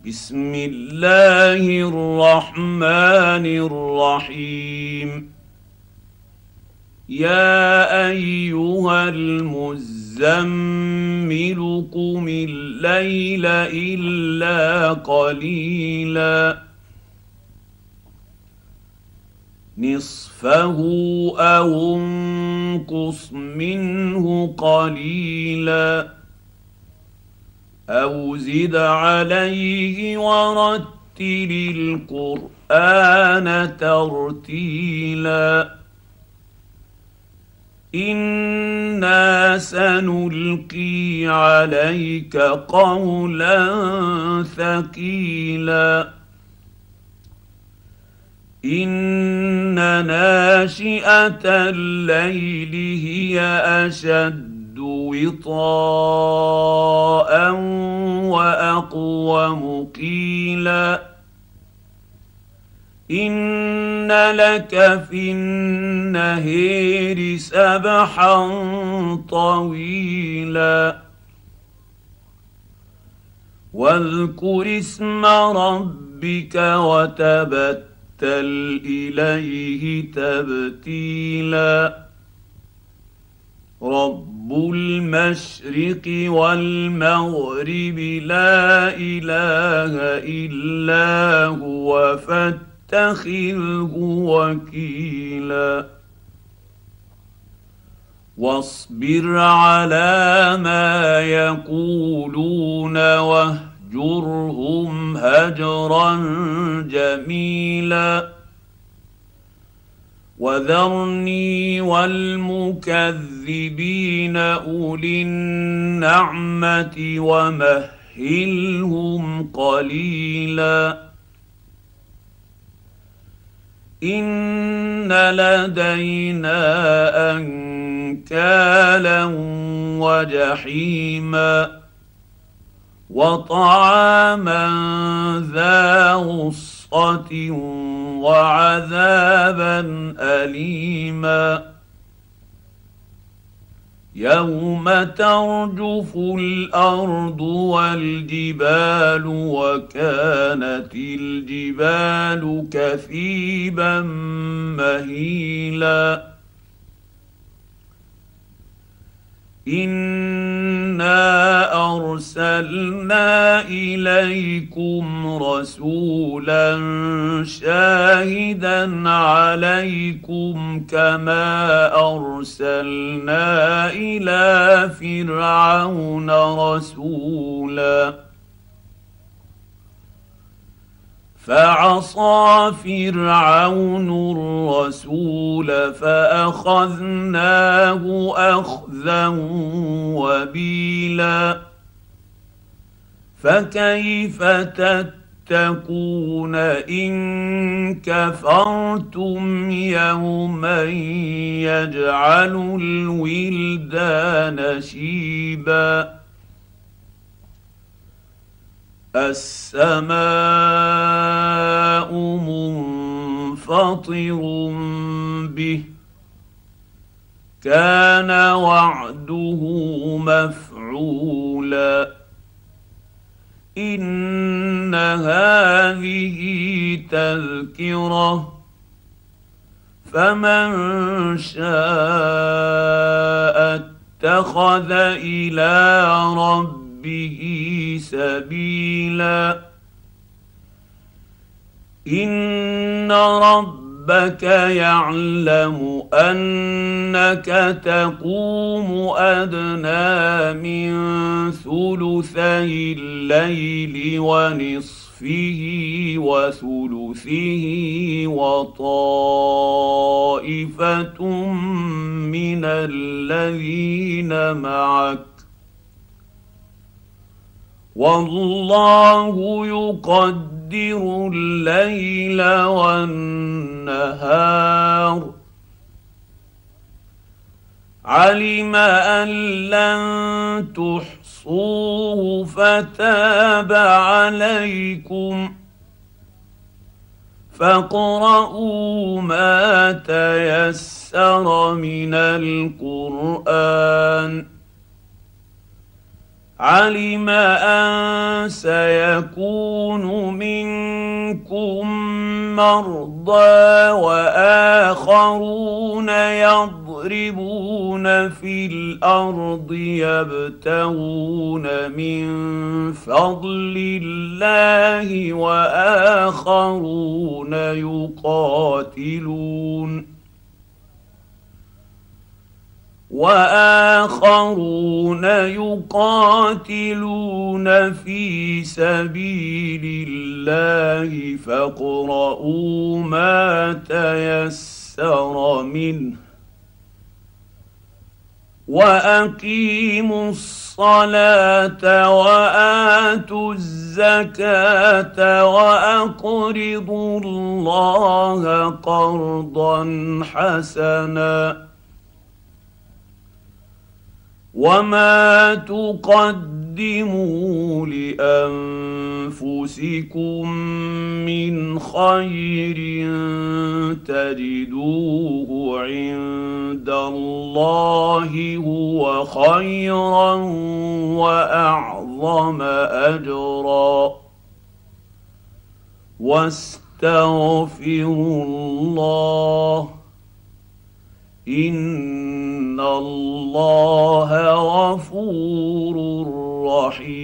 بسم الله الرحمن الرحيم. يا ايها المزمل قم الليل الا قليلا نصفه او انقص منه قليلا او زد عليه ورتل القران ترتيلا انا سنلقي عليك قولا ثقيلا ان ناشئه الليل هي اشد وطاء واقوم قيلا ان لك في النهير سبحا طويلا واذكر اسم ربك وتبتل اليه تبتيلا رب المشرق والمغرب لا اله الا هو فاتخذه وكيلا واصبر على ما يقولون واهجرهم هجرا جميلا وذرني والمكذبين اولي النعمه ومهلهم قليلا ان لدينا انكالا وجحيما وطعاما ذا غصه وعذابا اليما يوم ترجف الارض والجبال وكانت الجبال كثيبا مهيلا انا ارسلنا اليكم رسولا شاهدا عليكم كما ارسلنا الى فرعون رسولا فعصى فرعون الرسول فاخذناه اخذا وبيلا فكيف تتقون ان كفرتم يوما يجعل الولدان شيبا السماء منفطر به كان وعده مفعولا ان هذه تذكره فمن شاء اتخذ الى ربه سبيلا ان ربك يعلم انك تقوم ادنى من ثلثي الليل ونصفه وثلثه وطائفه من الذين معك والله يقدر الليل والنهار علم ان لن تحصوه فتاب عليكم فاقرؤوا ما تيسر من القرآن علم ان سيكون منكم مرضى واخرون يضربون في الارض يبتغون من فضل الله واخرون يقاتلون في سبيل الله فاقرؤوا ما تيسر منه واقيموا الصلاه واتوا الزكاه واقرضوا الله قرضا حسنا وما تقدموا لانفسكم من خير تجدوه عند الله هو خيرا واعظم اجرا واستغفروا الله ان الله غفور رحيم.